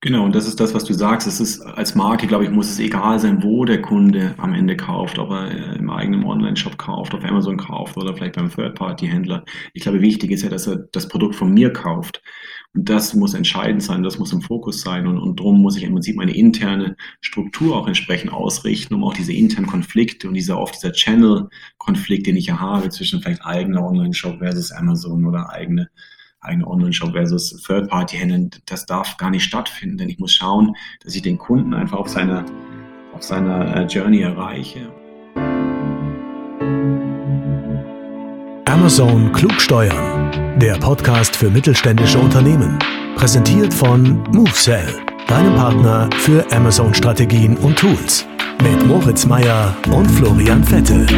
Genau, und das ist das, was du sagst. Es ist als Marke, glaube ich, muss es egal sein, wo der Kunde am Ende kauft, ob er im eigenen Online-Shop kauft, auf Amazon kauft oder vielleicht beim Third-Party-Händler. Ich glaube, wichtig ist ja, dass er das Produkt von mir kauft. Und das muss entscheidend sein, das muss im Fokus sein. Und darum muss ich im Prinzip meine interne Struktur auch entsprechend ausrichten, um auch diese internen Konflikte und dieser Channel-Konflikt, den ich ja habe zwischen vielleicht eigener Online-Shop versus Amazon oder eigene Online-Shop versus Third-Party-Händler, das darf gar nicht stattfinden, denn ich muss schauen, dass ich den Kunden einfach auf seiner Journey erreiche. Amazon klug steuern, der Podcast für mittelständische Unternehmen, präsentiert von MoveSell, deinem Partner für Amazon-Strategien und Tools, mit Moritz Meyer und Florian Vettel.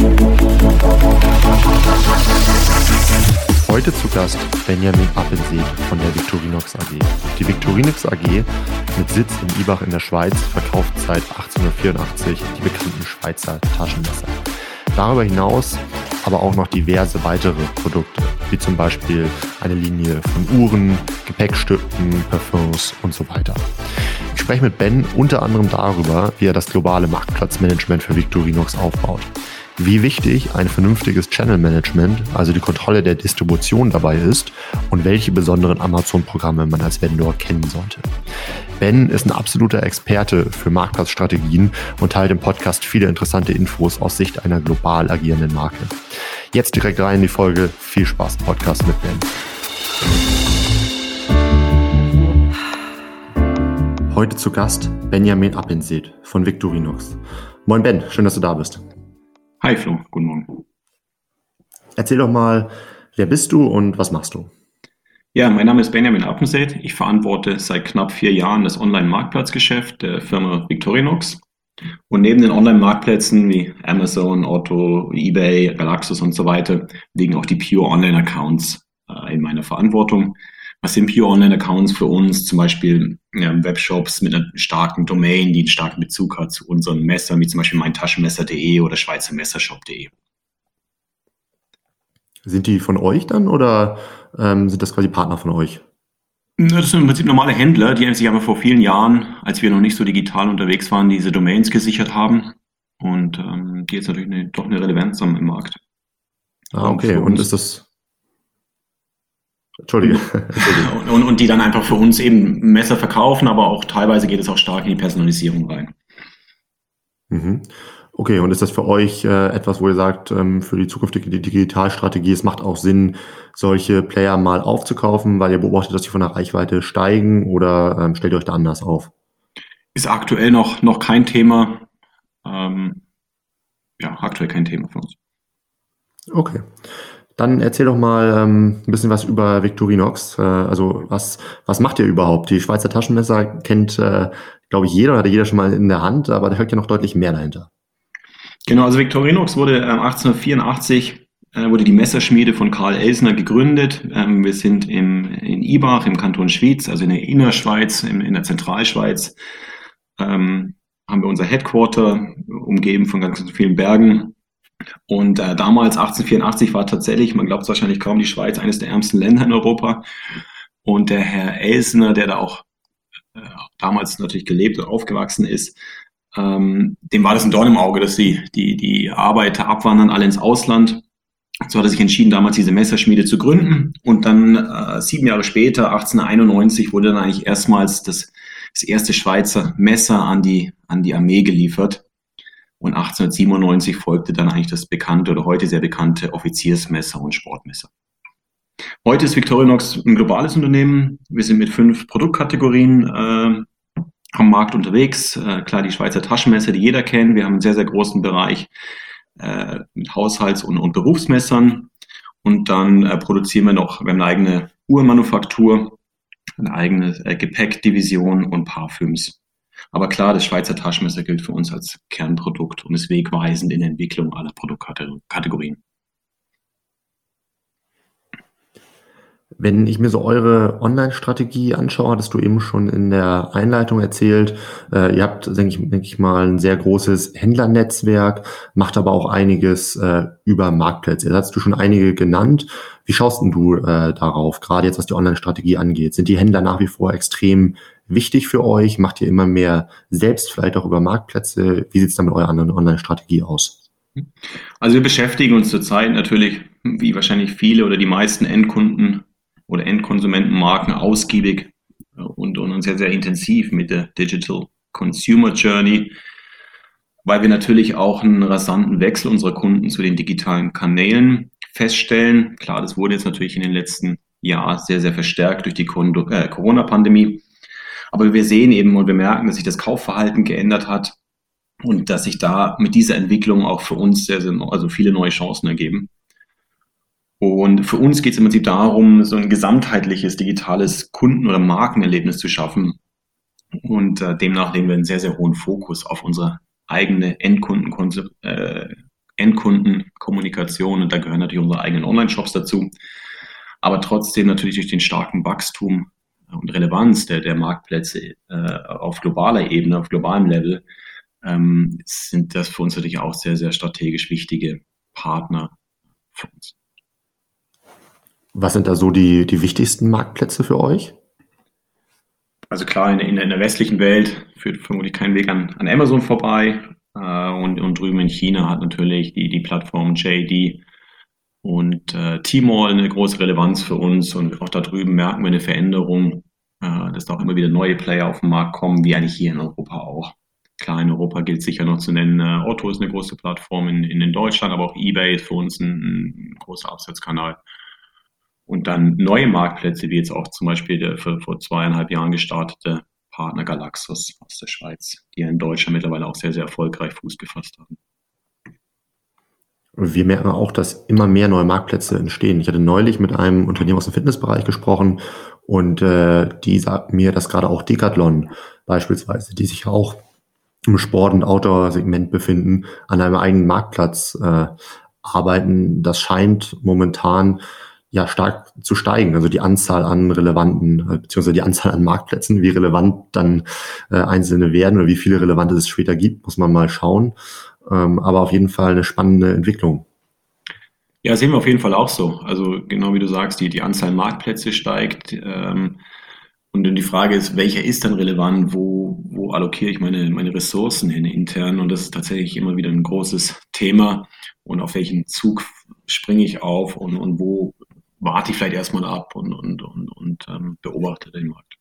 Heute zu Gast Benjamin Appelseet von der Victorinox AG. Die Victorinox AG mit Sitz in Ibach in der Schweiz verkauft seit 1884 die bekannten Schweizer Taschenmesser. Darüber hinaus aber auch noch diverse weitere Produkte, wie zum Beispiel eine Linie von Uhren, Gepäckstücken, Parfums und so weiter. Ich spreche mit Ben unter anderem darüber, wie er das globale Marktplatzmanagement für Victorinox aufbaut. Wie wichtig ein vernünftiges Channel-Management, also die Kontrolle der Distribution dabei ist und welche besonderen Amazon-Programme man als Vendor kennen sollte. Ben ist ein absoluter Experte für Marktplatzstrategien und teilt im Podcast viele interessante Infos aus Sicht einer global agierenden Marke. Jetzt direkt rein in die Folge. Viel Spaß im Podcast mit Ben. Heute zu Gast Benjamin Appelseet von Victorinox. Moin Ben, schön, dass du da bist. Hi Flo, guten Morgen. Erzähl doch mal, wer bist du und was machst du? Ja, mein Name ist Benjamin Appelseet. Ich verantworte seit knapp 4 Jahren das Online-Marktplatzgeschäft der Firma Victorinox. Und neben den Online-Marktplätzen wie Amazon, Otto, eBay, Galaxus und so weiter liegen auch die Pure Online-Accounts in meiner Verantwortung. Was sind Pure Online-Accounts für uns? Zum Beispiel Webshops mit einer starken Domain, die einen starken Bezug hat zu unseren Messern, wie zum Beispiel meintaschenmesser.de oder schweizermessershop.de. Sind die von euch dann oder sind das quasi Partner von euch? Das sind im Prinzip normale Händler, die sich aber vor vielen Jahren, als wir noch nicht so digital unterwegs waren, diese Domains gesichert haben und die jetzt natürlich doch eine Relevanz haben im Markt. Ah, okay. Und ist das... Entschuldige. Und die dann einfach für uns eben Messer verkaufen, aber auch teilweise geht es auch stark in die Personalisierung rein. Mhm. Okay, und ist das für euch etwas, wo ihr sagt, für die zukünftige Digitalstrategie, es macht auch Sinn, solche Player mal aufzukaufen, weil ihr beobachtet, dass die von der Reichweite steigen oder stellt ihr euch da anders auf? Ist aktuell noch kein Thema. Aktuell kein Thema für uns. Okay. Dann erzähl doch mal ein bisschen was über Victorinox. Also was macht ihr überhaupt? Die Schweizer Taschenmesser kennt, glaube ich, jeder oder hatte jeder schon mal in der Hand, aber da steckt ja noch deutlich mehr dahinter. Genau, also Victorinox wurde 1884 wurde die Messerschmiede von Karl Elsner gegründet. Wir sind in Ibach im Kanton Schwyz, also in der Innerschweiz, in der Zentralschweiz, haben wir unser Headquarter, umgeben von ganz vielen Bergen. Und damals, 1884, war tatsächlich, man glaubt es wahrscheinlich kaum, die Schweiz eines der ärmsten Länder in Europa. Und der Herr Elsner, der da auch damals natürlich gelebt und aufgewachsen ist, dem war das ein Dorn im Auge, dass die Arbeiter abwandern, alle ins Ausland. So hat er sich entschieden, damals diese Messerschmiede zu gründen. Und dann 7 Jahre später, 1891, wurde dann eigentlich erstmals das erste Schweizer Messer an die Armee geliefert. Und 1897 folgte dann eigentlich das bekannte oder heute sehr bekannte Offiziersmesser und Sportmesser. Heute ist Victorinox ein globales Unternehmen. Wir sind mit 5 Produktkategorien am Markt unterwegs. Klar, die Schweizer Taschenmesser, die jeder kennt. Wir haben einen sehr, sehr großen Bereich mit Haushalts- und Berufsmessern. Und dann produzieren wir haben eine eigene Uhrenmanufaktur, eine eigene Gepäckdivision und Parfüms. Aber klar, das Schweizer Taschenmesser gilt für uns als Kernprodukt und ist wegweisend in der Entwicklung aller Produktkategorien. Wenn ich mir so eure Online-Strategie anschaue, hattest du eben schon in der Einleitung erzählt, ihr habt, denke ich mal, ein sehr großes Händlernetzwerk, macht aber auch einiges über Marktplätze. Jetzt hast du schon einige genannt. Wie schaust denn du darauf, gerade jetzt was die Online-Strategie angeht? Sind die Händler nach wie vor extrem wichtig für euch? Macht ihr immer mehr selbst, vielleicht auch über Marktplätze? Wie sieht es da mit eurer anderen Online-Strategie aus? Also wir beschäftigen uns zurzeit natürlich, wie wahrscheinlich viele oder die meisten Endkunden oder Endkonsumentenmarken ausgiebig und sehr, sehr intensiv mit der Digital Consumer Journey, weil wir natürlich auch einen rasanten Wechsel unserer Kunden zu den digitalen Kanälen feststellen. Klar, das wurde jetzt natürlich in den letzten Jahren sehr, sehr verstärkt durch die Corona-Pandemie. Aber wir sehen eben und wir merken, dass sich das Kaufverhalten geändert hat und dass sich da mit dieser Entwicklung auch für uns also viele neue Chancen ergeben. Und für uns geht es im Prinzip darum, so ein gesamtheitliches digitales Kunden- oder Markenerlebnis zu schaffen. Und demnach legen wir einen sehr, sehr hohen Fokus auf unsere eigene Endkundenkommunikation. Und da gehören natürlich unsere eigenen Online-Shops dazu. Aber trotzdem natürlich durch den starken Wachstum und Relevanz der Marktplätze auf globaler Ebene, auf globalem Level, sind das für uns natürlich auch sehr, sehr strategisch wichtige Partner für uns. Was sind da so die wichtigsten Marktplätze für euch? Also klar, in der westlichen Welt führt vermutlich kein Weg an Amazon vorbei. Und drüben in China hat natürlich die Plattform JD und Tmall eine große Relevanz für uns. Und auch da drüben merken wir eine Veränderung, dass da auch immer wieder neue Player auf den Markt kommen, wie eigentlich hier in Europa auch. Klar, in Europa gilt sicher noch zu nennen, Otto ist eine große Plattform in Deutschland, aber auch eBay ist für uns ein großer Absatzkanal. Und dann neue Marktplätze, wie jetzt auch zum Beispiel der vor 2,5 Jahren gestartete Partner Galaxus aus der Schweiz, die ja in Deutschland mittlerweile auch sehr, sehr erfolgreich Fuß gefasst haben. Wir merken auch, dass immer mehr neue Marktplätze entstehen. Ich hatte neulich mit einem Unternehmen aus dem Fitnessbereich gesprochen und die sagt mir, dass gerade auch Decathlon beispielsweise, die sich auch im Sport- und Outdoor-Segment befinden, an einem eigenen Marktplatz arbeiten. Das scheint momentan ja stark zu steigen. Also die Anzahl an relevanten, beziehungsweise die Anzahl an Marktplätzen, wie relevant dann einzelne werden oder wie viele relevante es später gibt, muss man mal schauen. Aber auf jeden Fall eine spannende Entwicklung. Ja, sehen wir auf jeden Fall auch so. Also genau wie du sagst, die Anzahl Marktplätze steigt. Und dann die Frage ist, welcher ist dann relevant? Wo allokiere ich meine Ressourcen hin intern? Und das ist tatsächlich immer wieder ein großes Thema. Und auf welchen Zug springe ich auf und wo warte ich vielleicht erstmal ab und beobachte den Markt.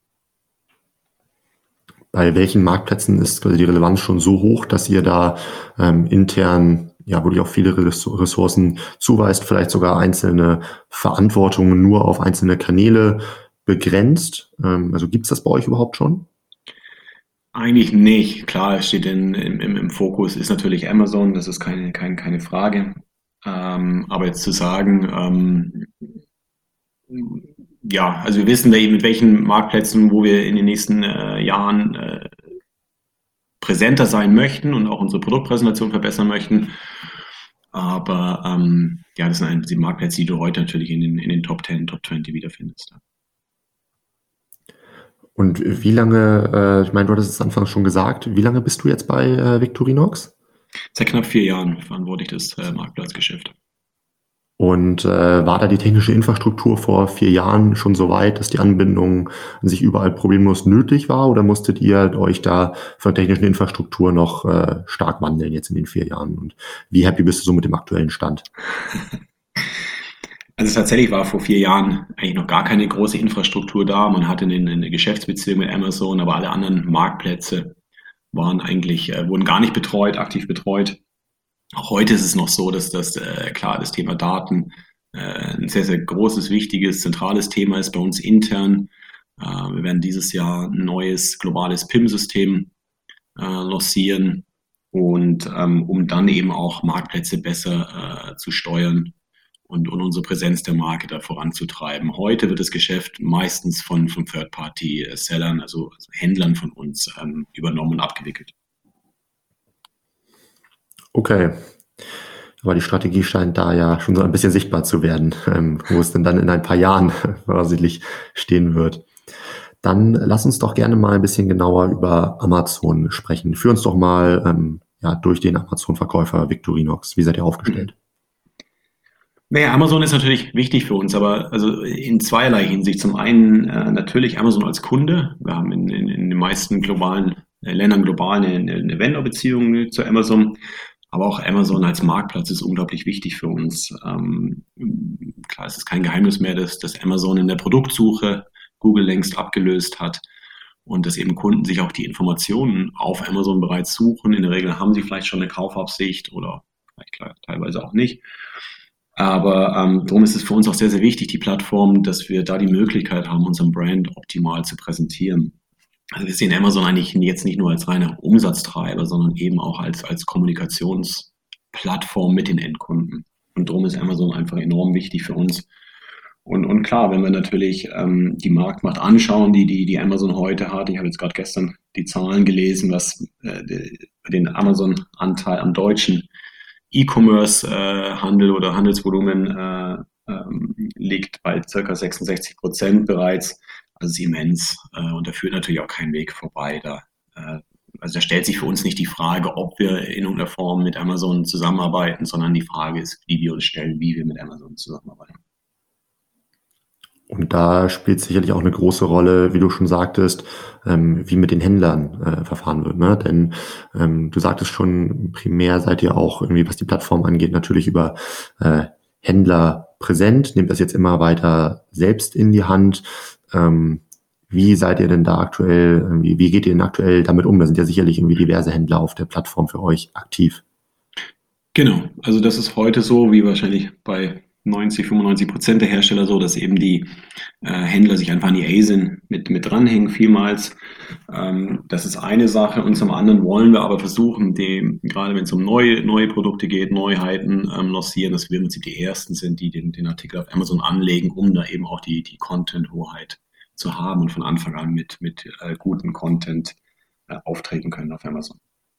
Bei welchen Marktplätzen ist quasi die Relevanz schon so hoch, dass ihr da intern ja wirklich auch viele Ressourcen zuweist, vielleicht sogar einzelne Verantwortungen nur auf einzelne Kanäle begrenzt? Also gibt es das bei euch überhaupt schon? Eigentlich nicht. Klar, es steht im Fokus ist natürlich Amazon, das ist keine Frage. Aber jetzt zu sagen, ja, also wir wissen mit welchen Marktplätzen, wo wir in den nächsten Jahren präsenter sein möchten und auch unsere Produktpräsentation verbessern möchten. Aber ja, das sind die Marktplätze, die du heute natürlich in den Top 10, Top 20 wiederfindest. Und wie lange, ich meine, du hattest es anfangs schon gesagt, wie lange bist du jetzt bei Victorinox? Seit knapp 4 Jahren verantworte ich das Marktplatzgeschäft. Und war da die technische Infrastruktur vor 4 Jahren schon so weit, dass die Anbindung an sich überall problemlos nötig war? Oder musstet ihr euch da von der technischen Infrastruktur noch stark wandeln jetzt in den 4 Jahren? Und wie happy bist du so mit dem aktuellen Stand? Also tatsächlich war vor 4 Jahren eigentlich noch gar keine große Infrastruktur da. Man hatte eine Geschäftsbeziehung mit Amazon, aber alle anderen Marktplätze wurden gar nicht aktiv betreut. Auch heute ist es noch so, dass klar, das Thema Daten ein sehr, sehr großes, wichtiges, zentrales Thema ist bei uns intern. Wir werden dieses Jahr ein neues globales PIM-System lancieren und um dann eben auch Marktplätze besser zu steuern und unsere Präsenz der Marke da voranzutreiben. Heute wird das Geschäft meistens von Third-Party-Sellern, also Händlern von uns, übernommen und abgewickelt. Okay, aber die Strategie scheint da ja schon so ein bisschen sichtbar zu werden, wo es denn dann in ein paar Jahren voraussichtlich stehen wird. Dann lass uns doch gerne mal ein bisschen genauer über Amazon sprechen. Führ uns doch mal durch den Amazon-Verkäufer Victorinox. Wie seid ihr aufgestellt? Naja, Amazon ist natürlich wichtig für uns, aber also in zweierlei Hinsicht. Zum einen natürlich Amazon als Kunde. Wir haben in den meisten globalen Ländern global eine Vendor-Beziehung zu Amazon. Aber auch Amazon als Marktplatz ist unglaublich wichtig für uns. Klar, es ist kein Geheimnis mehr, dass Amazon in der Produktsuche Google längst abgelöst hat und dass eben Kunden sich auch die Informationen auf Amazon bereits suchen. In der Regel haben sie vielleicht schon eine Kaufabsicht oder vielleicht klar, teilweise auch nicht. Aber darum ist es für uns auch sehr, sehr wichtig, die Plattform, dass wir da die Möglichkeit haben, unseren Brand optimal zu präsentieren. Also wir sehen Amazon eigentlich jetzt nicht nur als reiner Umsatztreiber, sondern eben auch als Kommunikationsplattform mit den Endkunden. Und darum ist Amazon einfach enorm wichtig für uns. Und klar, wenn wir natürlich die Marktmacht anschauen, die Amazon heute hat, ich habe jetzt gerade gestern die Zahlen gelesen, was den Amazon-Anteil am deutschen E-Commerce-Handel oder Handelsvolumen liegt bei ca. 66% bereits. Also es ist immens und da führt natürlich auch kein Weg vorbei. Also da stellt sich für uns nicht die Frage, ob wir in irgendeiner Form mit Amazon zusammenarbeiten, sondern die Frage ist, wie wir uns stellen, wie wir mit Amazon zusammenarbeiten. Und da spielt sicherlich auch eine große Rolle, wie du schon sagtest, wie mit den Händlern verfahren wird. Ne? Denn du sagtest schon, primär seid ihr auch irgendwie, was die Plattform angeht, natürlich über Händler präsent, nehmt das jetzt immer weiter selbst in die Hand. Wie seid ihr denn da aktuell, wie geht ihr denn aktuell damit um? Da sind ja sicherlich irgendwie diverse Händler auf der Plattform für euch aktiv. Genau, also das ist heute so, wie wahrscheinlich bei 95% der Hersteller so, dass eben die Händler sich einfach an die ASIN mit dranhängen vielmals. Das ist eine Sache und zum anderen wollen wir aber versuchen, gerade wenn es um neue Produkte geht, Neuheiten lancieren, dass wir im Prinzip die Ersten sind, die den Artikel auf Amazon anlegen, um da eben auch die Content-Hoheit zu haben und von Anfang an mit gutem Content auftreten können auf Amazon.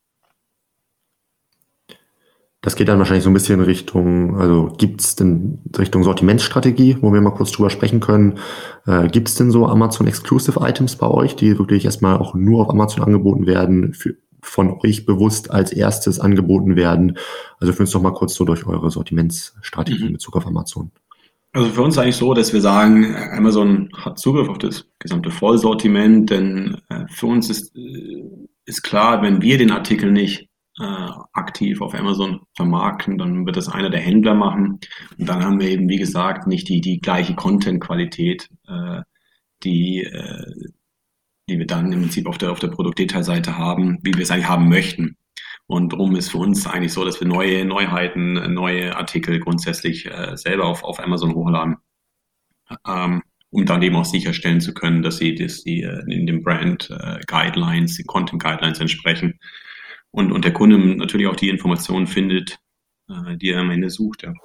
Das geht dann wahrscheinlich so ein bisschen Richtung, also gibt es denn Richtung Sortimentsstrategie, wo wir mal kurz drüber sprechen können. Gibt es denn so Amazon Exclusive Items bei euch, die wirklich erstmal auch nur auf Amazon angeboten werden, von euch bewusst als erstes angeboten werden? Also führen uns doch mal kurz so durch eure Sortimentsstrategie in Bezug auf Amazon. Also für uns eigentlich so, dass wir sagen, Amazon hat Zugriff auf das gesamte Vollsortiment, denn für uns ist klar, wenn wir den Artikel nicht aktiv auf Amazon vermarkten, dann wird das einer der Händler machen. Und dann haben wir eben, wie gesagt, nicht die gleiche Content-Qualität, die wir dann im Prinzip auf der Produktdetailseite haben, wie wir es eigentlich haben möchten. Und darum ist für uns eigentlich so, dass wir Neuheiten, neue Artikel grundsätzlich selber auf Amazon hochladen, um dann eben auch sicherstellen zu können, dass sie in den Brand Guidelines, den Content Guidelines entsprechen. Und der Kunde natürlich auch die Informationen findet, die er am Ende sucht. Ja.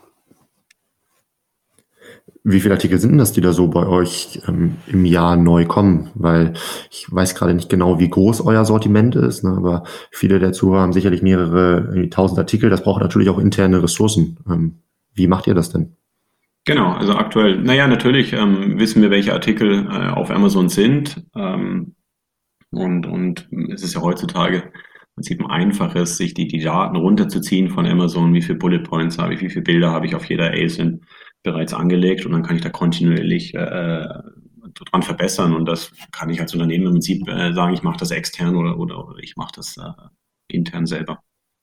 Wie viele Artikel sind das, die da so bei euch im Jahr neu kommen? Weil ich weiß gerade nicht genau, wie groß euer Sortiment ist, ne? Aber viele der Zuhörer haben sicherlich mehrere 1000 Artikel. Das braucht natürlich auch interne Ressourcen. Wie macht ihr das denn? Genau, also aktuell, natürlich wissen wir, welche Artikel auf Amazon sind. Und es ist ja heutzutage im Prinzip einfaches, sich die Daten runterzuziehen von Amazon, wie viele Bullet Points habe ich, wie viele Bilder habe ich auf jeder ASIN bereits angelegt und dann kann ich da kontinuierlich dran verbessern und das kann ich als Unternehmen im Prinzip sagen, ich mache das extern oder ich mache das intern selber.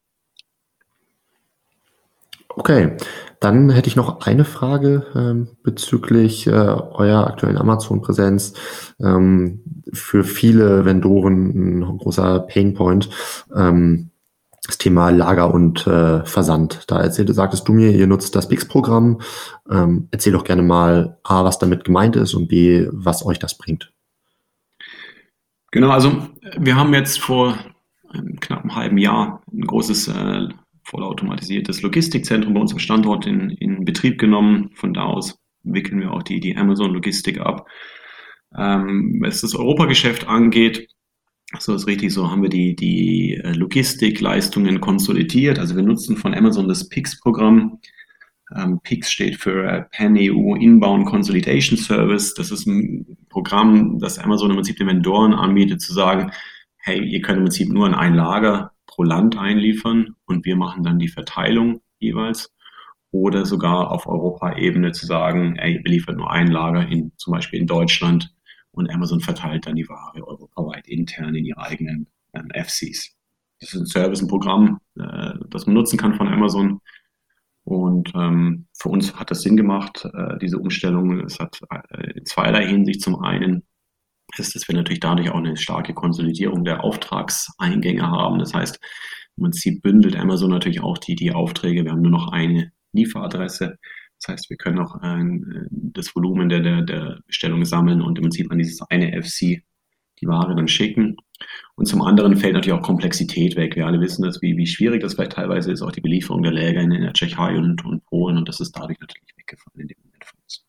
Okay, dann hätte ich noch eine Frage bezüglich eurer aktuellen Amazon-Präsenz. Für viele Vendoren ein großer Painpoint, das Thema Lager und Versand. Da sagtest du mir, ihr nutzt das Pix-Programm. Erzähl doch gerne mal A, was damit gemeint ist und B, was euch das bringt. Genau, also wir haben jetzt vor knapp einem halben Jahr ein großes vollautomatisiertes Logistikzentrum bei uns am Standort in Betrieb genommen. Von da aus wickeln wir auch die Amazon-Logistik ab. Was das Europageschäft angeht, so ist richtig, so haben wir die Logistikleistungen konsolidiert. Also wir nutzen von Amazon das PIX-Programm. PIX steht für Pan-EU Inbound Consolidation Service. Das ist ein Programm, das Amazon im Prinzip den Vendoren anbietet, zu sagen, hey, ihr könnt im Prinzip nur in ein Lager pro Land einliefern und wir machen dann die Verteilung jeweils. oder sogar auf Europaebene zu sagen, wir liefern nur ein Lager zum Beispiel in Deutschland und Amazon verteilt dann die Ware europaweit intern in ihre eigenen FCs. Das ist ein Service, ein Programm, das man nutzen kann von Amazon. Und für uns hat das Sinn gemacht, diese Umstellung. Es hat in zweierlei Hinsicht. Zum einen ist, dass wir natürlich dadurch auch eine starke Konsolidierung der Auftragseingänge haben. Das heißt, im Prinzip bündelt Amazon natürlich auch die Aufträge. Wir haben nur noch eine Lieferadresse. Das heißt, wir können auch das Volumen der Bestellung sammeln und im Prinzip an dieses eine FC die Ware dann schicken. Und zum anderen fällt natürlich auch Komplexität weg. Wir alle wissen das, wie schwierig das vielleicht teilweise ist, auch die Belieferung der Läger in der Tschechei und Polen. Und das ist dadurch natürlich weggefallen in dem Moment für uns.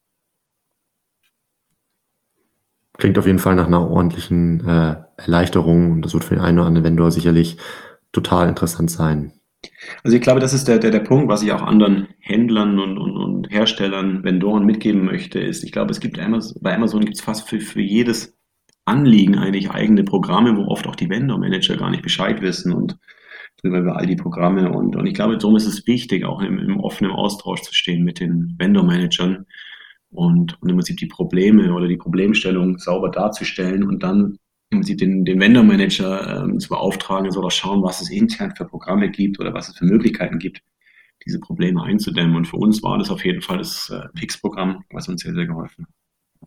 Klingt auf jeden Fall nach einer ordentlichen Erleichterung. Und das wird für den einen oder anderen Vendor sicherlich total interessant sein. Also ich glaube, das ist der Punkt, was ich auch anderen Händlern und Herstellern, Vendoren mitgeben möchte, ist, ich glaube, es gibt bei Amazon gibt es fast für jedes Anliegen eigentlich eigene Programme, wo oft auch die Vendor-Manager gar nicht Bescheid wissen und drüber über all die Programme. Und ich glaube, darum ist es wichtig, auch im offenen Austausch zu stehen mit den Vendor-Managern und im Prinzip die Probleme oder die Problemstellung sauber darzustellen und dann im Prinzip den Vendor-Manager zu beauftragen, soll auch schauen, was es intern für Programme gibt oder was es für Möglichkeiten gibt, diese Probleme einzudämmen. Und für uns war das auf jeden Fall das Pix-Programm, was uns sehr, sehr geholfen hat.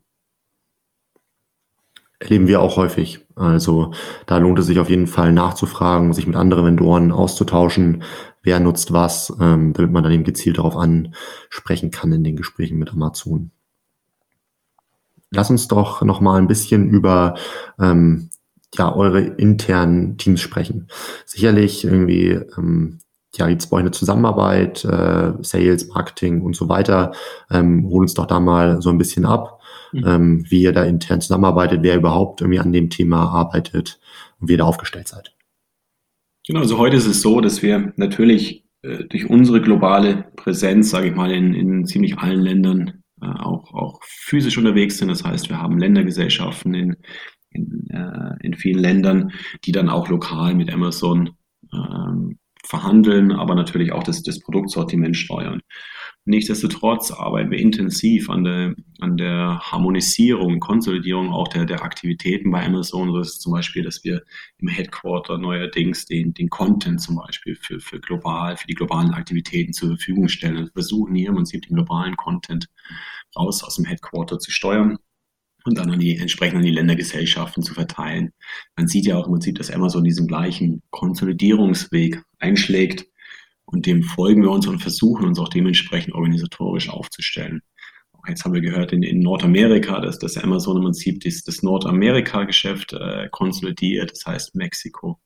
Erleben wir auch häufig. Also da lohnt es sich auf jeden Fall nachzufragen, sich mit anderen Vendoren auszutauschen, wer nutzt was, damit man dann eben gezielt darauf ansprechen kann in den Gesprächen mit Amazon. Lass uns doch noch mal ein bisschen über eure internen Teams sprechen. Sicherlich irgendwie gibt es bei euch eine Zusammenarbeit, Sales, Marketing und so weiter. Hol uns doch da mal so ein bisschen ab, wie ihr da intern zusammenarbeitet, wer überhaupt irgendwie an dem Thema arbeitet und wie ihr da aufgestellt seid. Genau, also heute ist es so, dass wir natürlich durch unsere globale Präsenz, sage ich mal, in ziemlich allen Ländern auch physisch unterwegs sind. Das heißt, wir haben Ländergesellschaften in vielen Ländern, die dann auch lokal mit Amazon verhandeln, aber natürlich auch das Produktsortiment steuern. Nichtsdestotrotz arbeiten wir intensiv an der Harmonisierung, Konsolidierung auch der Aktivitäten bei Amazon. So ist es zum Beispiel, dass wir im Headquarter neuerdings den Content zum Beispiel für die globalen Aktivitäten zur Verfügung stellen. Also wir versuchen hier im Prinzip den globalen Content raus aus dem Headquarter zu steuern und dann entsprechend an die Ländergesellschaften zu verteilen. Man sieht ja auch im Prinzip, dass Amazon diesen gleichen Konsolidierungsweg einschlägt und dem folgen wir uns und versuchen uns auch dementsprechend organisatorisch aufzustellen. Auch jetzt haben wir gehört in Nordamerika, dass Amazon im Prinzip das Nordamerika-Geschäft konsolidiert, das heißt Mexiko,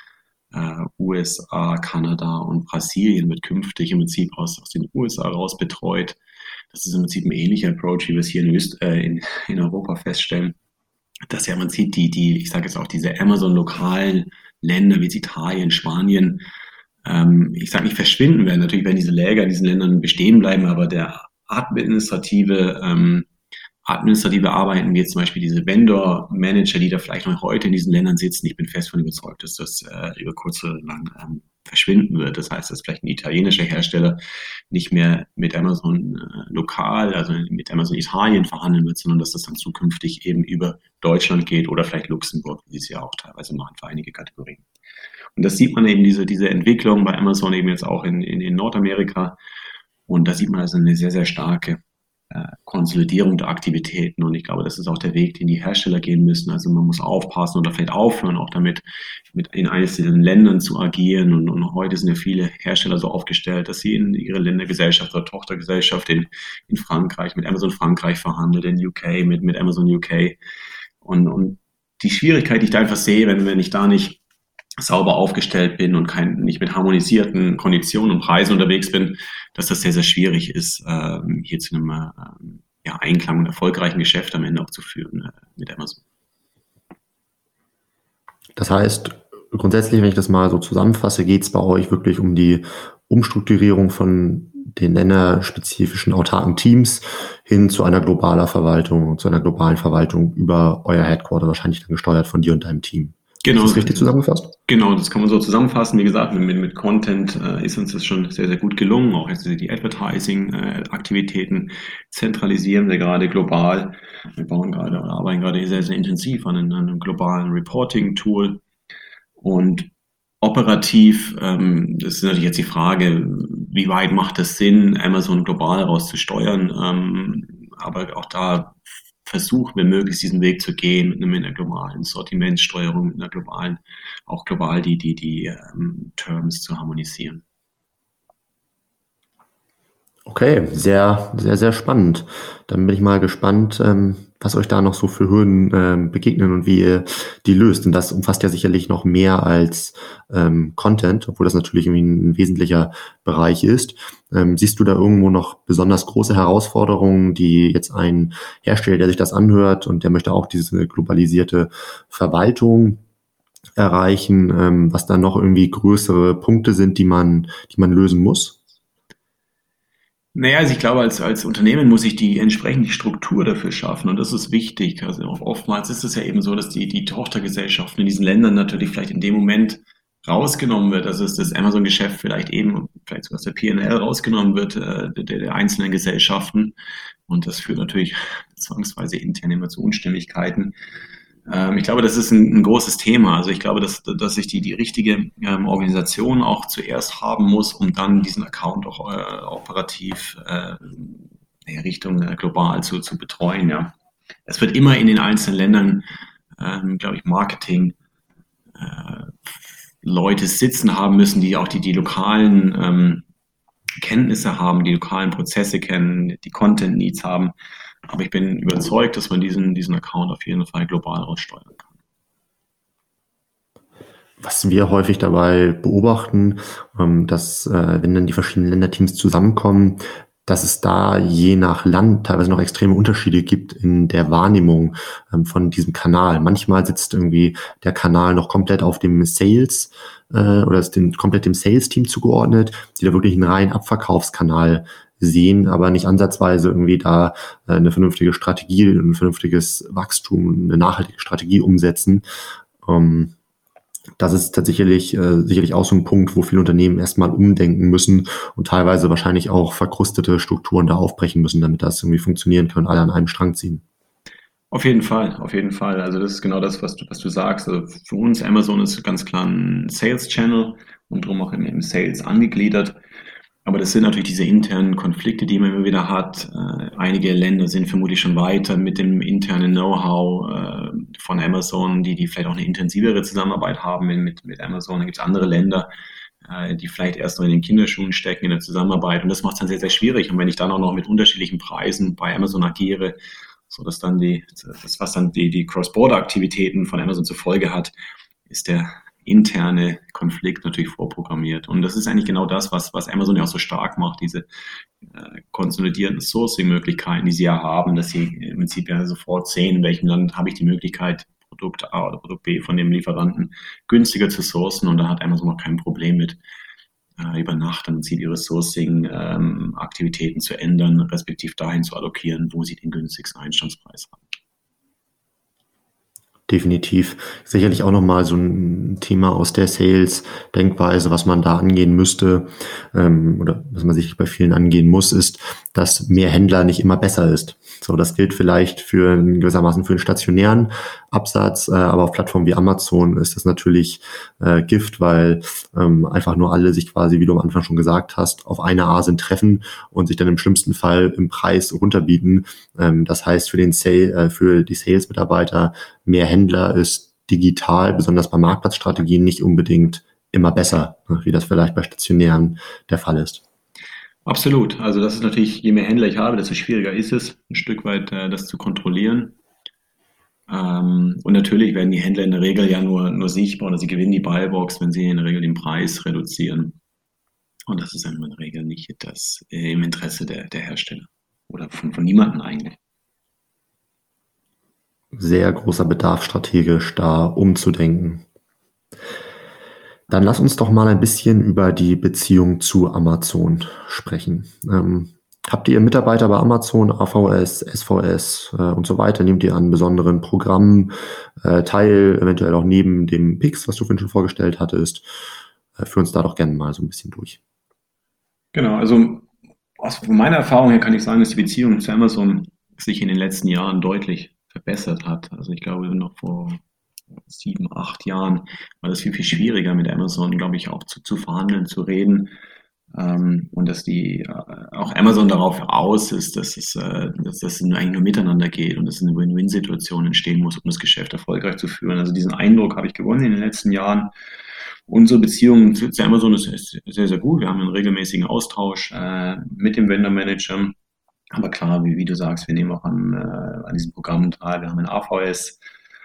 USA, Kanada und Brasilien wird künftig im Prinzip aus den USA raus betreut. Das ist im Prinzip ein ähnlicher Approach, wie wir es hier in Europa feststellen, dass ja man sieht, ich sage jetzt auch diese Amazon-lokalen Länder wie Italien, Spanien, ich sage nicht verschwinden werden. Natürlich werden diese Läger in diesen Ländern bestehen bleiben, aber der administrative Arbeiten, wie jetzt zum Beispiel diese Vendor-Manager, die da vielleicht noch heute in diesen Ländern sitzen, ich bin fest davon überzeugt, dass das über kurz oder lang verschwinden wird. Das heißt, dass vielleicht ein italienischer Hersteller nicht mehr mit Amazon lokal, also mit Amazon Italien verhandeln wird, sondern dass das dann zukünftig eben über Deutschland geht oder vielleicht Luxemburg, wie sie es ja auch teilweise machen für einige Kategorien. Und das sieht man eben, diese Entwicklung bei Amazon eben jetzt auch in Nordamerika. Und da sieht man also eine sehr, sehr starke Konsolidierung der Aktivitäten. Und ich glaube, das ist auch der Weg, den die Hersteller gehen müssen. Also man muss aufpassen oder vielleicht aufhören, auch damit mit in einzelnen Ländern zu agieren. Und heute sind ja viele Hersteller so aufgestellt, dass sie in ihre Ländergesellschaft oder Tochtergesellschaft in Frankreich, mit Amazon Frankreich verhandelt, in UK, mit Amazon UK. Und die Schwierigkeit, die ich da einfach sehe, wenn ich da nicht sauber aufgestellt bin und nicht mit harmonisierten Konditionen und Preisen unterwegs bin, dass das sehr, sehr schwierig ist, hier zu einem Einklang und erfolgreichen Geschäft am Ende auch zu führen mit Amazon. Das heißt, grundsätzlich, wenn ich das mal so zusammenfasse, geht es bei euch wirklich um die Umstrukturierung von den länderspezifischen autarken Teams hin zu einer globalen Verwaltung über euer Headquarter, wahrscheinlich dann gesteuert von dir und deinem Team. Genau. Ist das richtig zusammengefasst? Genau, das kann man so zusammenfassen. Wie gesagt, mit Content ist uns das schon sehr, sehr gut gelungen. Auch jetzt die Advertising-Aktivitäten zentralisieren wir gerade global. Wir bauen gerade oder arbeiten gerade sehr, sehr intensiv an einem globalen Reporting-Tool. Und operativ, das ist natürlich jetzt die Frage, wie weit macht es Sinn, Amazon global rauszusteuern? Aber auch da versuchen wir möglichst diesen Weg zu gehen mit einer globalen Sortimentssteuerung, mit einer globalen, auch global die Terms zu harmonisieren. Okay, sehr, sehr, sehr spannend. Dann bin ich mal gespannt, was euch da noch so für Hürden begegnen und wie ihr die löst. Und das umfasst ja sicherlich noch mehr als Content, obwohl das natürlich irgendwie ein wesentlicher Bereich ist. Siehst du da irgendwo noch besonders große Herausforderungen, die jetzt ein Hersteller, der sich das anhört und der möchte auch diese globalisierte Verwaltung erreichen, was da noch irgendwie größere Punkte sind, die man lösen muss? Naja, also ich glaube, als Unternehmen muss ich die entsprechende Struktur dafür schaffen und das ist wichtig. Also oftmals ist es ja eben so, dass die Tochtergesellschaften in diesen Ländern natürlich vielleicht in dem Moment rausgenommen wird, also dass das Amazon-Geschäft vielleicht sogar aus der P&L rausgenommen wird, der einzelnen Gesellschaften. Und das führt natürlich zwangsweise intern immer zu Unstimmigkeiten. Ich glaube, das ist ein großes Thema. Also ich glaube, dass ich die richtige Organisation auch zuerst haben muss, um dann diesen Account auch operativ Richtung global zu betreuen. Ja. Es wird immer in den einzelnen Ländern, glaube ich, Marketing Leute sitzen haben müssen, die auch die lokalen Kenntnisse haben, die lokalen Prozesse kennen, die Content Needs haben. Aber ich bin überzeugt, dass man diesen Account auf jeden Fall global aussteuern kann. Was wir häufig dabei beobachten, dass wenn dann die verschiedenen Länderteams zusammenkommen, dass es da je nach Land teilweise noch extreme Unterschiede gibt in der Wahrnehmung von diesem Kanal. Manchmal sitzt irgendwie der Kanal noch komplett auf dem Sales oder ist komplett dem Sales-Team zugeordnet, die da wirklich einen reinen Abverkaufskanal sehen, aber nicht ansatzweise irgendwie da eine vernünftige Strategie, ein vernünftiges Wachstum, eine nachhaltige Strategie umsetzen. Das ist tatsächlich sicherlich auch so ein Punkt, wo viele Unternehmen erstmal umdenken müssen und teilweise wahrscheinlich auch verkrustete Strukturen da aufbrechen müssen, damit das irgendwie funktionieren kann und alle an einem Strang ziehen. Auf jeden Fall, auf jeden Fall. Also das ist genau das, was du sagst. Also für uns Amazon ist ganz klar ein Sales-Channel und darum auch im Sales angegliedert. Aber das sind natürlich diese internen Konflikte, die man immer wieder hat. Einige Länder sind vermutlich schon weiter mit dem internen Know-how von Amazon, die vielleicht auch eine intensivere Zusammenarbeit haben mit Amazon. Dann gibt es andere Länder, die vielleicht erst noch in den Kinderschuhen stecken in der Zusammenarbeit. Und das macht es dann sehr, sehr schwierig. Und wenn ich dann auch noch mit unterschiedlichen Preisen bei Amazon agiere, so dass dann was dann die Cross-Border-Aktivitäten von Amazon zur Folge hat, ist der interne Konflikt natürlich vorprogrammiert. Und das ist eigentlich genau das, was Amazon ja auch so stark macht, diese konsolidierten Sourcing-Möglichkeiten, die sie ja haben, dass sie im Prinzip ja sofort sehen, in welchem Land habe ich die Möglichkeit, Produkt A oder Produkt B von dem Lieferanten günstiger zu sourcen. Und da hat Amazon noch kein Problem mit, über Nacht im Prinzip ihre Sourcing-Aktivitäten zu ändern, respektive dahin zu allokieren, wo sie den günstigsten Einstandspreis haben. Definitiv. Sicherlich auch nochmal so ein Thema aus der Sales-Denkweise, was man da angehen müsste, oder was man sich bei vielen angehen muss, ist, dass mehr Händler nicht immer besser ist. So, das gilt vielleicht gewissermaßen für den stationären Absatz, aber auf Plattformen wie Amazon ist das natürlich Gift, weil einfach nur alle sich quasi, wie du am Anfang schon gesagt hast, auf eine Asin treffen und sich dann im schlimmsten Fall im Preis runterbieten. Das heißt für die Sales-Mitarbeiter, mehr Händler ist digital, besonders bei Marktplatzstrategien, nicht unbedingt immer besser, wie das vielleicht bei stationären der Fall ist. Absolut. Also das ist natürlich, je mehr Händler ich habe, desto schwieriger ist es, ein Stück weit das zu kontrollieren. Und natürlich werden die Händler in der Regel ja nur sichtbar oder sie gewinnen die Buybox, wenn sie in der Regel den Preis reduzieren. Und das ist in der Regel nicht das im Interesse der Hersteller oder von niemandem eigentlich. Sehr großer Bedarf, strategisch da umzudenken. Dann lass uns doch mal ein bisschen über die Beziehung zu Amazon sprechen. Habt ihr Mitarbeiter bei Amazon, AVS, SVS und so weiter? Nehmt ihr an besonderen Programmen teil, eventuell auch neben dem Pix, was du vorhin schon vorgestellt hattest? Führ uns da doch gerne mal so ein bisschen durch. Genau, also von meiner Erfahrung her kann ich sagen, dass die Beziehung zu Amazon sich in den letzten Jahren deutlich verbessert hat. Also ich glaube, noch vor 7, 8 Jahren war das viel, viel schwieriger mit Amazon, glaube ich, auch zu verhandeln, zu reden. Und dass auch Amazon darauf aus ist, dass das eigentlich nur miteinander geht und dass eine Win-Win-Situation entstehen muss, um das Geschäft erfolgreich zu führen. Also diesen Eindruck habe ich gewonnen in den letzten Jahren. Unsere Beziehung zu Amazon ist sehr, sehr gut. Wir haben einen regelmäßigen Austausch mit dem Vendor Manager. Aber klar, wie du sagst, wir nehmen auch an diesen Programmen teil. Wir haben ein AVS.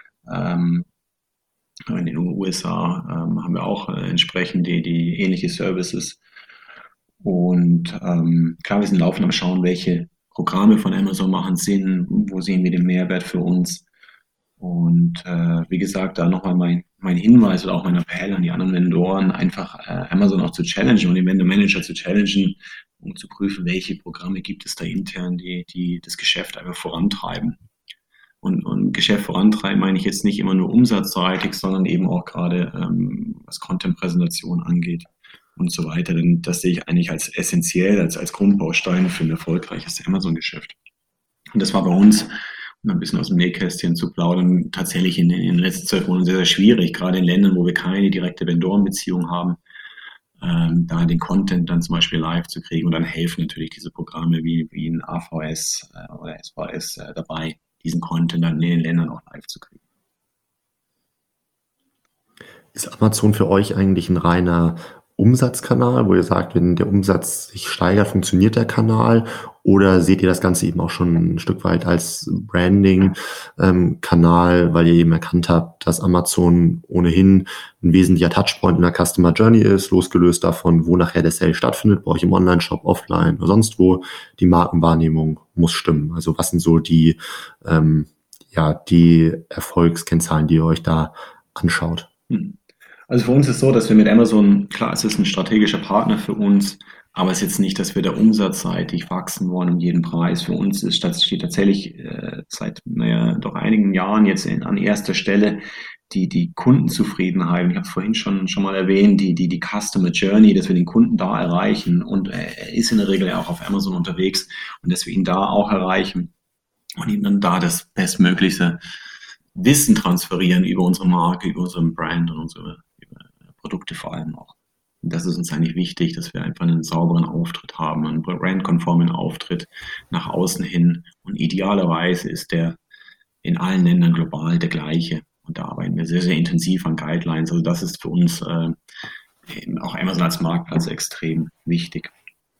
In den USA haben wir auch entsprechend die ähnliche Services. Und klar, wir sind laufend am Schauen, welche Programme von Amazon machen Sinn, wo sehen wir den Mehrwert für uns. Und wie gesagt, da nochmal mein Hinweis oder auch mein Appell an die anderen Vendoren, einfach Amazon auch zu challengen und den Vendor Manager zu challengen, um zu prüfen, welche Programme gibt es da intern, die das Geschäft einfach vorantreiben. Und Geschäft vorantreiben meine ich jetzt nicht immer nur umsatzseitig, sondern eben auch gerade was Content-Präsentation angeht und so weiter. Denn das sehe ich eigentlich als essentiell, als Grundbaustein für ein erfolgreiches Amazon-Geschäft. Und das war bei uns, um ein bisschen aus dem Nähkästchen zu plaudern, tatsächlich in den letzten 12 Monaten sehr, sehr schwierig, gerade in Ländern, wo wir keine direkte Vendorenbeziehung haben, da den Content dann zum Beispiel live zu kriegen. Und dann helfen natürlich diese Programme wie ein AVS oder SVS dabei, diesen Content dann in den Ländern auch live zu kriegen. Ist Amazon für euch eigentlich ein reiner Umsatzkanal, wo ihr sagt, wenn der Umsatz sich steigert, funktioniert der Kanal? Oder seht ihr das Ganze eben auch schon ein Stück weit als Branding-Kanal, weil ihr eben erkannt habt, dass Amazon ohnehin ein wesentlicher Touchpoint in der Customer Journey ist, losgelöst davon, wo nachher der Sale stattfindet, bei euch im Online-Shop, offline oder sonst wo, die Markenwahrnehmung muss stimmen. Also was sind so die Erfolgskennzahlen, die ihr euch da anschaut? Also für uns ist es so, dass wir mit Amazon, klar, es ist ein strategischer Partner für uns, aber es ist jetzt nicht, dass wir da umsatzseitig wachsen wollen um jeden Preis. Für uns steht tatsächlich seit doch einigen Jahren jetzt an erster Stelle die Kundenzufriedenheit. Ich habe es vorhin schon mal erwähnt, die Customer Journey, dass wir den Kunden da erreichen. Und er ist in der Regel ja auch auf Amazon unterwegs und dass wir ihn da auch erreichen und ihm dann da das bestmögliche Wissen transferieren über unsere Marke, über unseren Brand und unsere Produkte vor allem auch. Und das ist uns eigentlich wichtig, dass wir einfach einen sauberen Auftritt haben, einen brandkonformen Auftritt nach außen hin. Und idealerweise ist der in allen Ländern global der gleiche. Und da arbeiten wir sehr, sehr intensiv an Guidelines. Also das ist für uns auch Amazon als Marktplatz extrem wichtig.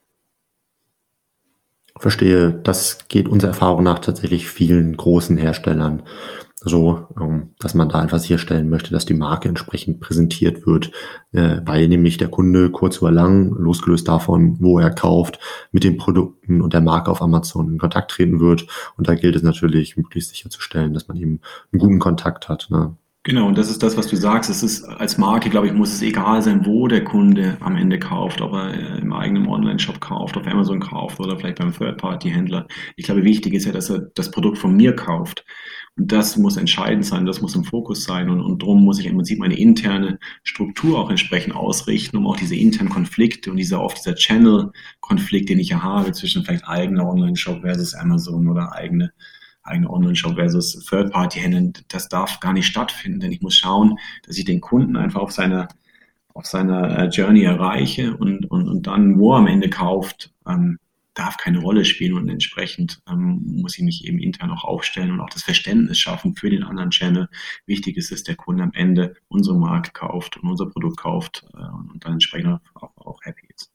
Verstehe, das geht unserer Erfahrung nach tatsächlich vielen großen Herstellern so, dass man da einfach sicherstellen möchte, dass die Marke entsprechend präsentiert wird, weil nämlich der Kunde kurz oder lang, losgelöst davon, wo er kauft, mit den Produkten und der Marke auf Amazon in Kontakt treten wird. Und da gilt es natürlich, möglichst sicherzustellen, dass man eben einen guten Kontakt hat. Ne? Genau, und das ist das, was du sagst. Es ist als Marke, glaube ich, muss es egal sein, wo der Kunde am Ende kauft, ob er im eigenen Online-Shop kauft, auf Amazon kauft oder vielleicht beim Third-Party-Händler. Ich glaube, wichtig ist ja, dass er das Produkt von mir kauft. Und das muss entscheidend sein, das muss im Fokus sein. Und darum muss ich im Prinzip meine interne Struktur auch entsprechend ausrichten, um auch diese internen Konflikte und dieser Channel-Konflikt, den ich ja habe zwischen vielleicht eigener Online-Shop versus Amazon oder eigene Online-Shop versus Third-Party-Händler, das darf gar nicht stattfinden, denn ich muss schauen, dass ich den Kunden einfach auf seiner Journey erreiche und dann, wo er am Ende kauft, darf keine Rolle spielen und entsprechend muss ich mich eben intern auch aufstellen und auch das Verständnis schaffen für den anderen Channel. Wichtig ist, dass der Kunde am Ende unsere Marke kauft und unser Produkt kauft und dann entsprechend auch happy ist.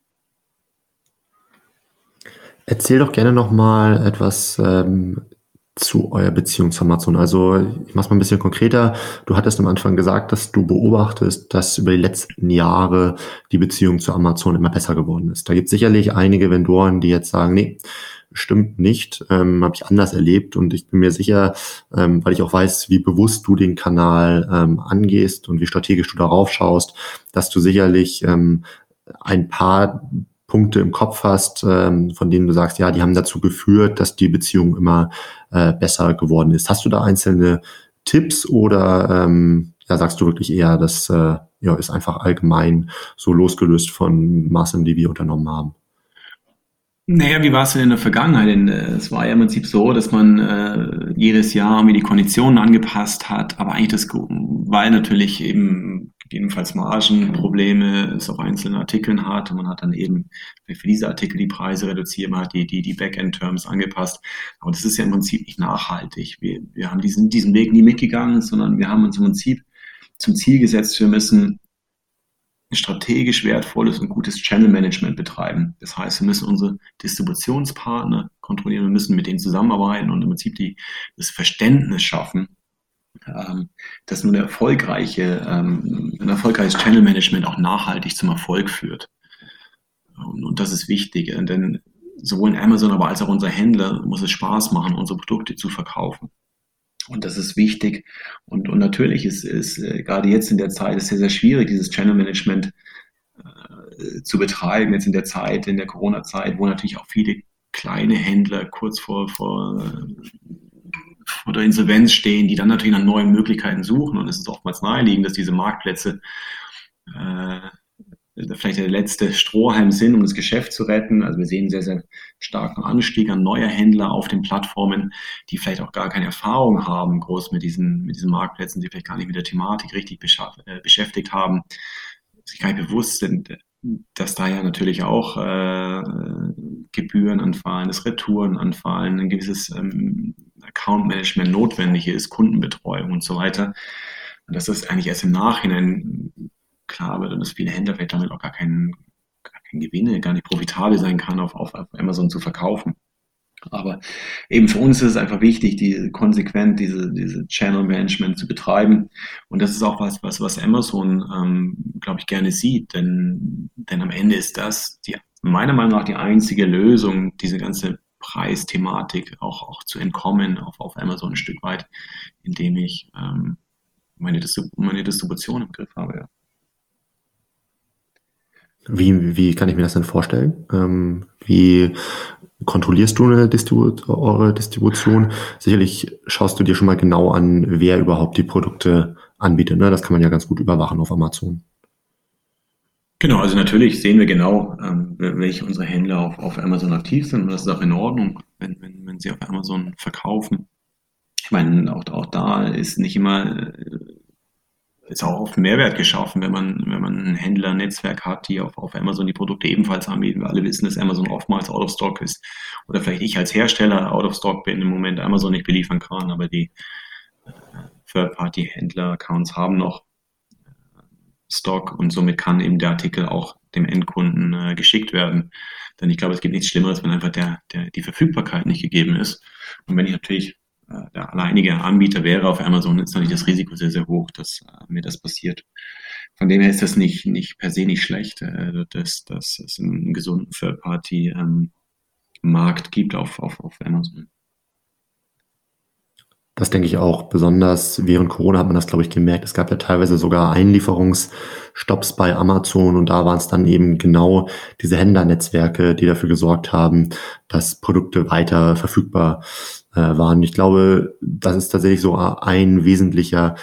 Erzähl doch gerne nochmal etwas zu eurer Beziehung zu Amazon. Also ich mache es mal ein bisschen konkreter. Du hattest am Anfang gesagt, dass du beobachtest, dass über die letzten Jahre die Beziehung zu Amazon immer besser geworden ist. Da gibt es sicherlich einige Vendoren, die jetzt sagen, nee, stimmt nicht, habe ich anders erlebt und ich bin mir sicher, weil ich auch weiß, wie bewusst du den Kanal angehst und wie strategisch du darauf schaust, dass du sicherlich ein paar Punkte im Kopf hast, von denen du sagst, ja, die haben dazu geführt, dass die Beziehung immer besser geworden ist. Hast du da einzelne Tipps oder sagst du wirklich eher, das ist einfach allgemein so losgelöst von Maßnahmen, die wir unternommen haben? Naja, wie war es denn in der Vergangenheit? Denn es war ja im Prinzip so, dass man jedes Jahr irgendwie die Konditionen angepasst hat, aber eigentlich weil natürlich eben gegebenenfalls Margenprobleme es auf einzelnen Artikeln hat und man hat dann eben für diese Artikel die Preise reduziert, man hat die Backend-Terms angepasst. Aber das ist ja im Prinzip nicht nachhaltig. Wir haben diesen Weg nie mitgegangen, sondern wir haben uns im Prinzip zum Ziel gesetzt, wir müssen strategisch wertvolles und gutes Channel-Management betreiben. Das heißt, wir müssen unsere Distributionspartner kontrollieren, wir müssen mit denen zusammenarbeiten und im Prinzip das Verständnis schaffen, dass nur ein erfolgreiches Channel-Management auch nachhaltig zum Erfolg führt. Und das ist wichtig, denn sowohl in Amazon, aber als auch unser Händler muss es Spaß machen, unsere Produkte zu verkaufen. Und das ist wichtig. Und natürlich ist gerade jetzt in der Zeit ist sehr, sehr schwierig, dieses Channel-Management zu betreiben, jetzt in der Corona-Zeit, wo natürlich auch viele kleine Händler kurz vor der Insolvenz stehen, die dann natürlich nach neuen Möglichkeiten suchen. Und es ist oftmals naheliegend, dass diese Marktplätze vielleicht der letzte Strohhalm sind, um das Geschäft zu retten. Also wir sehen sehr, sehr starken Anstieg an neuer Händler auf den Plattformen, die vielleicht auch gar keine Erfahrung haben, groß mit diesen Marktplätzen, die vielleicht gar nicht mit der Thematik richtig beschäftigt haben, sich gar nicht bewusst sind, dass da ja natürlich auch Gebühren anfallen, dass Retouren anfallen, ein gewisses Account-Management notwendig ist, Kundenbetreuung und so weiter. Und dass das eigentlich erst im Nachhinein klar wird und dass viele Händler vielleicht damit auch gar keinen Gewinne, gar nicht profitabel sein kann, auf Amazon zu verkaufen. Aber eben für uns ist es einfach wichtig, konsequent diese Channel Management zu betreiben. Und das ist auch was Amazon, glaube ich, gerne sieht. Denn am Ende ist das meiner Meinung nach die einzige Lösung, diese ganze Preisthematik auch zu entkommen auf Amazon ein Stück weit, indem ich meine Distribution im Griff habe. Ja. Wie kann ich mir das denn vorstellen? Wie kontrollierst du eure Distribution? Sicherlich schaust du dir schon mal genau an, wer überhaupt die Produkte anbietet. Ne? Das kann man ja ganz gut überwachen auf Amazon. Genau, also natürlich sehen wir genau, welche unsere Händler auf Amazon aktiv sind. Und das ist auch in Ordnung, wenn sie auf Amazon verkaufen. Ich meine, auch da ist nicht immer ist auch oft Mehrwert geschaffen, wenn man ein Händlernetzwerk hat, die auf Amazon die Produkte ebenfalls anbieten. Wir alle wissen, dass Amazon oftmals out of stock ist. Oder vielleicht ich als Hersteller out of stock bin, im Moment Amazon nicht beliefern kann, aber die Third-Party-Händler-Accounts haben noch Stock und somit kann eben der Artikel auch dem Endkunden geschickt werden. Denn ich glaube, es gibt nichts Schlimmeres, wenn einfach die Verfügbarkeit nicht gegeben ist. Und wenn ich natürlich der alleinige Anbieter wäre auf Amazon, ist natürlich das Risiko sehr, sehr hoch, dass mir das passiert. Von dem her ist das nicht per se nicht schlecht, dass es einen gesunden Third-Party-Markt gibt auf Amazon. Das denke ich auch. Besonders während Corona hat man das, glaube ich, gemerkt. Es gab ja teilweise sogar Einlieferungsstopps bei Amazon und da waren es dann eben genau diese Händlernetzwerke, die dafür gesorgt haben, dass Produkte weiter verfügbar waren. Ich glaube, das ist tatsächlich so ein wesentlicher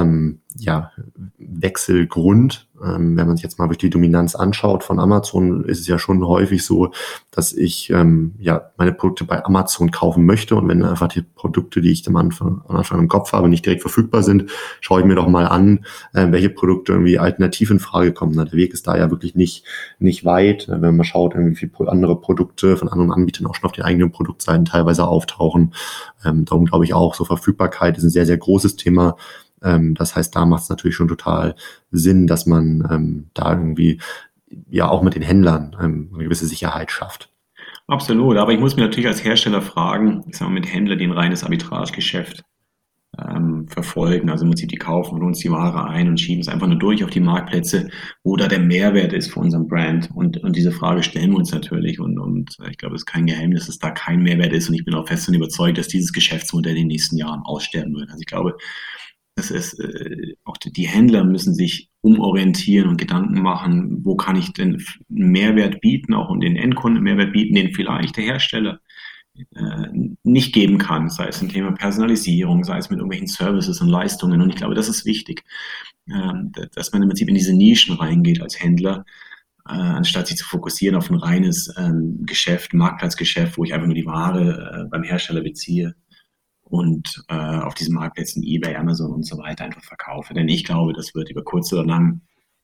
Wechselgrund. Wenn man sich jetzt mal wirklich die Dominanz anschaut von Amazon, ist es ja schon häufig so, dass ich meine Produkte bei Amazon kaufen möchte und wenn einfach die Produkte, die ich am Anfang im Kopf habe, nicht direkt verfügbar sind, schaue ich mir doch mal an, welche Produkte irgendwie alternativ in Frage kommen. Der Weg ist da ja wirklich nicht weit. Wenn man mal schaut, wie viele andere Produkte von anderen Anbietern auch schon auf den eigenen Produktseiten teilweise auftauchen. Darum glaube ich auch, so Verfügbarkeit ist ein sehr, sehr großes Thema. Das heißt, da macht es natürlich schon total Sinn, dass man da irgendwie ja auch mit den Händlern eine gewisse Sicherheit schafft. Absolut, aber ich muss mir natürlich als Hersteller fragen, ich sage mal mit Händlern, die ein reines Arbitragegeschäft verfolgen, also im Prinzip die kaufen von uns die Ware ein und schieben es einfach nur durch auf die Marktplätze, wo da der Mehrwert ist für unseren Brand und diese Frage stellen wir uns natürlich und ich glaube, es ist kein Geheimnis, dass da kein Mehrwert ist und ich bin auch fest davon überzeugt, dass dieses Geschäftsmodell in den nächsten Jahren aussterben wird. Also ich glaube, auch die Händler müssen sich umorientieren und Gedanken machen, wo kann ich denn einen Mehrwert bieten, auch um den Endkunden einen Mehrwert bieten, den vielleicht der Hersteller nicht geben kann, sei es ein Thema Personalisierung, sei es mit irgendwelchen Services und Leistungen. Und ich glaube, das ist wichtig, dass man im Prinzip in diese Nischen reingeht als Händler, anstatt sich zu fokussieren auf ein reines Geschäft, Marktplatzgeschäft, wo ich einfach nur die Ware beim Hersteller beziehe und auf diesen Marktplätzen eBay, Amazon und so weiter einfach verkaufe. Denn ich glaube, das wird über kurz oder lang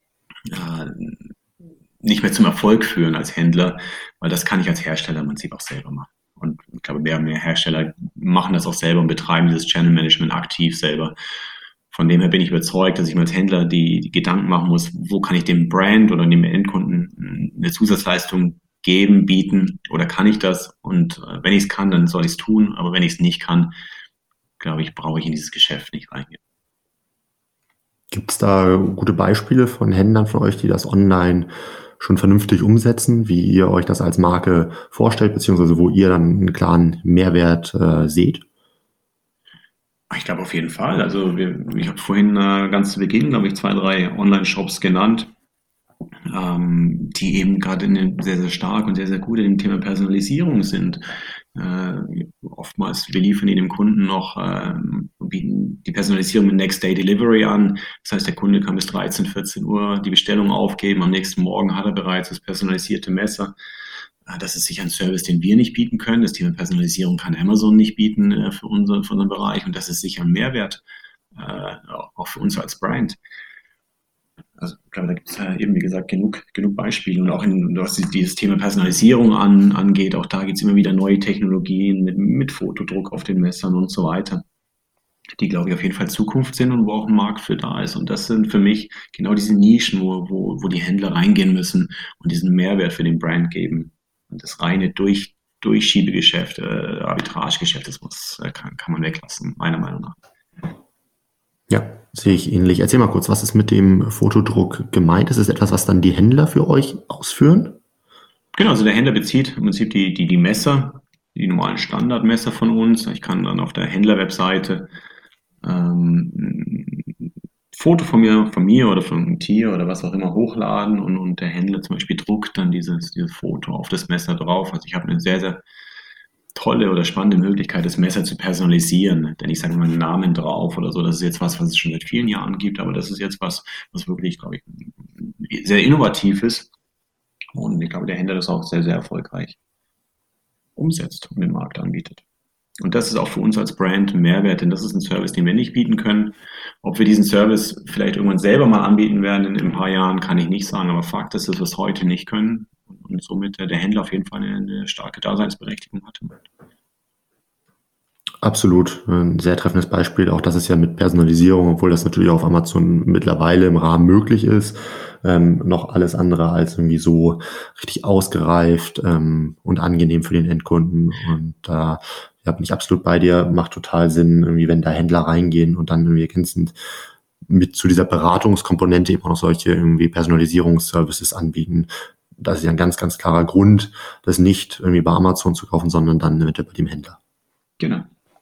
nicht mehr zum Erfolg führen als Händler, weil das kann ich als Hersteller im Prinzip auch selber machen. Und ich glaube, mehr und mehr Hersteller machen das auch selber und betreiben dieses Channel Management aktiv selber. Von dem her bin ich überzeugt, dass ich mir als Händler die Gedanken machen muss, wo kann ich dem Brand oder dem Endkunden eine Zusatzleistung geben, bieten, oder kann ich das? Und wenn ich es kann, dann soll ich es tun. Aber wenn ich es nicht kann, glaube ich, brauche ich in dieses Geschäft nicht reingehen. Gibt es da gute Beispiele von Händlern von euch, die das online schon vernünftig umsetzen, wie ihr euch das als Marke vorstellt, beziehungsweise wo ihr dann einen klaren Mehrwert seht? Ich glaube auf jeden Fall. Also ich habe vorhin ganz zu Beginn, glaube ich, 2, 3 Online-Shops genannt, die eben gerade sehr, sehr stark und sehr, sehr gut in dem Thema Personalisierung sind. Oftmals, wir liefern dem Kunden noch, bieten die Personalisierung mit Next Day Delivery an. Das heißt, der Kunde kann bis 13, 14 Uhr die Bestellung aufgeben. Am nächsten Morgen hat er bereits das personalisierte Messer. Das ist sicher ein Service, den wir nicht bieten können. Das Thema Personalisierung kann Amazon nicht bieten für unseren Bereich. Und das ist sicher ein Mehrwert, auch für uns als Brand. Also ich glaube, da gibt es eben, wie gesagt, genug Beispiele. Und auch was dieses Thema Personalisierung angeht, auch da gibt es immer wieder neue Technologien mit Fotodruck auf den Messern und so weiter, die, glaube ich, auf jeden Fall Zukunft sind und wo auch ein Markt für da ist. Und das sind für mich genau diese Nischen, wo die Händler reingehen müssen und diesen Mehrwert für den Brand geben. Und das reine Durchschiebegeschäft, Arbitragegeschäft, das kann man weglassen, meiner Meinung nach. Ja, sehe ich ähnlich. Erzähl mal kurz, was ist mit dem Fotodruck gemeint? Ist es etwas, was dann die Händler für euch ausführen? Genau, also der Händler bezieht im Prinzip die Messer, die normalen Standardmesser von uns. Ich kann dann auf der Händler-Webseite Foto von mir oder von einem Tier oder was auch immer hochladen und der Händler zum Beispiel druckt dann dieses Foto auf das Messer drauf. Also ich habe eine sehr, sehr tolle oder spannende Möglichkeit, das Messer zu personalisieren. Denn ich sage mal einen Namen drauf oder so. Das ist jetzt was es schon seit vielen Jahren gibt, aber das ist jetzt was wirklich, glaube ich, sehr innovativ ist. Und ich glaube, der Händler das auch sehr, sehr erfolgreich umsetzt und den Markt anbietet. Und das ist auch für uns als Brand ein Mehrwert, denn das ist ein Service, den wir nicht bieten können. Ob wir diesen Service vielleicht irgendwann selber mal anbieten werden in ein paar Jahren, kann ich nicht sagen. Aber Fakt ist, dass wir es heute nicht können und somit der Händler auf jeden Fall eine starke Daseinsberechtigung hat. Absolut, ein sehr treffendes Beispiel. Auch das ist ja mit Personalisierung, obwohl das natürlich auf Amazon mittlerweile im Rahmen möglich ist, noch alles andere als irgendwie so richtig ausgereift und angenehm für den Endkunden. Und da bin ich absolut bei dir, macht total Sinn, irgendwie, wenn da Händler reingehen und dann irgendwie ergänzend mit zu dieser Beratungskomponente eben auch noch solche irgendwie Personalisierungsservices anbieten. Das ist ja ein ganz, ganz klarer Grund, das nicht irgendwie bei Amazon zu kaufen, sondern dann mit bei dem Händler. Genau.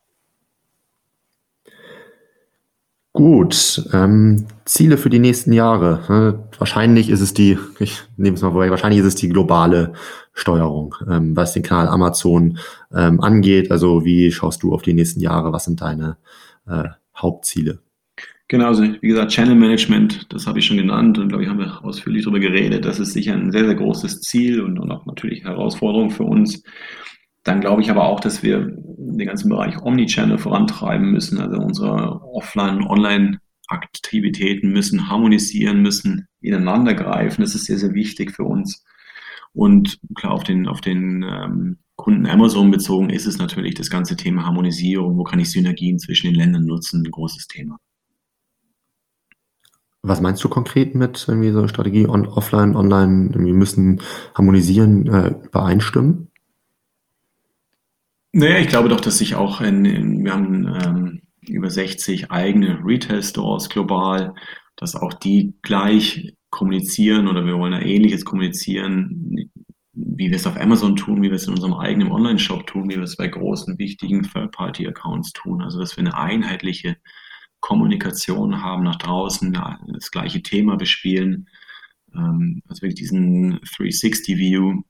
Gut, Ziele für die nächsten Jahre. Wahrscheinlich ist es wahrscheinlich ist es die globale Steuerung, was den Kanal Amazon angeht. Also wie schaust du auf die nächsten Jahre? Was sind deine Hauptziele? Genau, also wie gesagt, Channel Management, das habe ich schon genannt und glaube ich, haben wir ausführlich darüber geredet. Das ist sicher ein sehr, sehr großes Ziel und auch natürlich Herausforderung für uns. Dann glaube ich aber auch, dass wir den ganzen Bereich Omnichannel vorantreiben müssen. Also unsere Offline- und Online-Aktivitäten müssen harmonisieren, müssen ineinander greifen. Das ist sehr, sehr wichtig für uns. Und klar, auf den Kunden Amazon bezogen ist es natürlich das ganze Thema Harmonisierung. Wo kann ich Synergien zwischen den Ländern nutzen? Ein großes Thema. Was meinst du konkret mit irgendwie so Strategie Offline, Online? Wir müssen harmonisieren, übereinstimmen? Naja, ich glaube doch, dass sich auch wir haben über 60 eigene Retail-Stores global, dass auch die gleich kommunizieren oder wir wollen da Ähnliches kommunizieren, wie wir es auf Amazon tun, wie wir es in unserem eigenen Online-Shop tun, wie wir es bei großen, wichtigen Third-Party-Accounts tun. Also, dass wir eine einheitliche Kommunikation haben nach draußen, das gleiche Thema bespielen, also wirklich diesen 360-View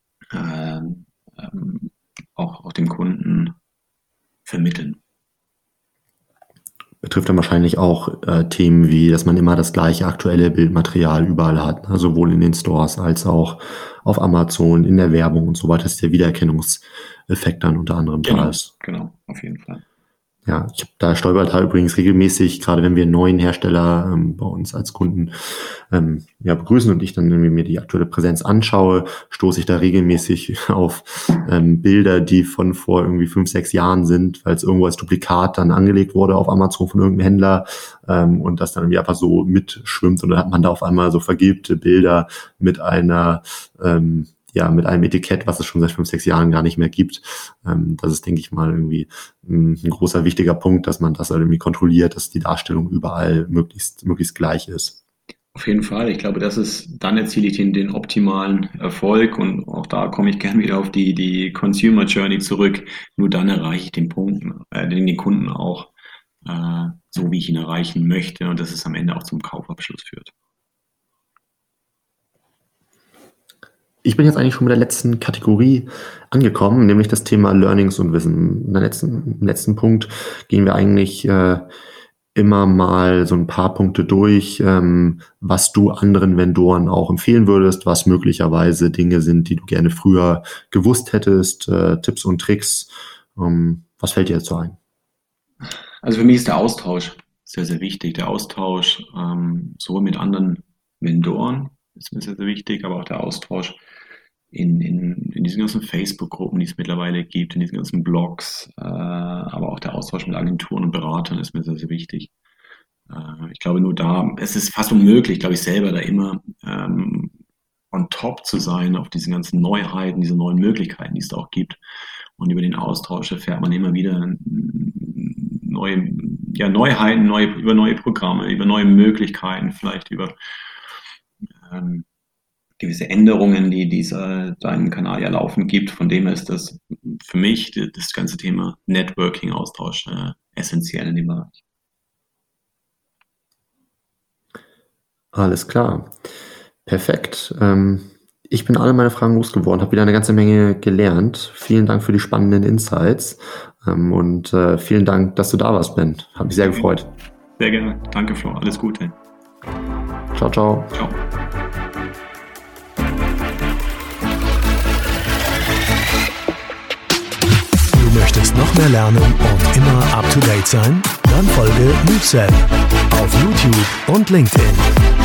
auch dem Kunden vermitteln. Betrifft dann wahrscheinlich auch Themen wie, dass man immer das gleiche aktuelle Bildmaterial überall hat, ne? Sowohl in den Stores als auch auf Amazon, in der Werbung und so weiter, dass der Wiedererkennungseffekt dann unter anderem da ist. Genau, auf jeden Fall. Ja, da stolpert halt übrigens regelmäßig, gerade wenn wir einen neuen Hersteller bei uns als Kunden begrüßen und ich dann irgendwie mir die aktuelle Präsenz anschaue, stoße ich da regelmäßig auf Bilder, die von vor irgendwie 5-6 Jahren sind, weil es irgendwo als Duplikat dann angelegt wurde auf Amazon von irgendeinem Händler und das dann irgendwie einfach so mitschwimmt und dann hat man da auf einmal so vergilbte Bilder mit einer mit einem Etikett, was es schon seit 5-6 Jahren gar nicht mehr gibt. Das ist, denke ich mal, irgendwie ein großer, wichtiger Punkt, dass man das halt irgendwie kontrolliert, dass die Darstellung überall möglichst gleich ist. Auf jeden Fall. Ich glaube, das ist, dann erziele ich den optimalen Erfolg und auch da komme ich gerne wieder auf die Consumer Journey zurück. Nur dann erreiche ich den Kunden auch so, wie ich ihn erreichen möchte und dass es am Ende auch zum Kaufabschluss führt. Ich bin jetzt eigentlich schon mit der letzten Kategorie angekommen, nämlich das Thema Learnings und Wissen. Im letzten Punkt gehen wir eigentlich immer mal so ein paar Punkte durch, was du anderen Vendoren auch empfehlen würdest, was möglicherweise Dinge sind, die du gerne früher gewusst hättest, Tipps und Tricks. Was fällt dir dazu ein? Also für mich ist der Austausch sehr, sehr wichtig. Der Austausch sowohl mit anderen Vendoren ist mir sehr, sehr wichtig, aber auch der Austausch in diesen ganzen Facebook-Gruppen, die es mittlerweile gibt, in diesen ganzen Blogs, aber auch der Austausch mit Agenturen und Beratern ist mir sehr, sehr wichtig. Ich glaube, nur da, es ist fast unmöglich, glaube ich, selber da immer on top zu sein auf diese ganzen Neuheiten, diese neuen Möglichkeiten, die es da auch gibt. Und über den Austausch erfährt man immer wieder Neuheiten, über neue Programme, über neue Möglichkeiten, vielleicht über gewisse Änderungen, die es da im Kanal ja laufen gibt. Von dem her ist das für mich das ganze Thema Networking, Austausch essentiell in dem Bereich. Alles klar. Perfekt. Ich bin alle meine Fragen losgeworden, habe wieder eine ganze Menge gelernt. Vielen Dank für die spannenden Insights und vielen Dank, dass du da warst, Ben. Hat mich sehr gefreut. Sehr gerne. Danke, Flo. Alles Gute. Ciao, ciao. Ciao. Du möchtest noch mehr lernen und immer up to date sein? Dann folge MoveSell auf YouTube und LinkedIn.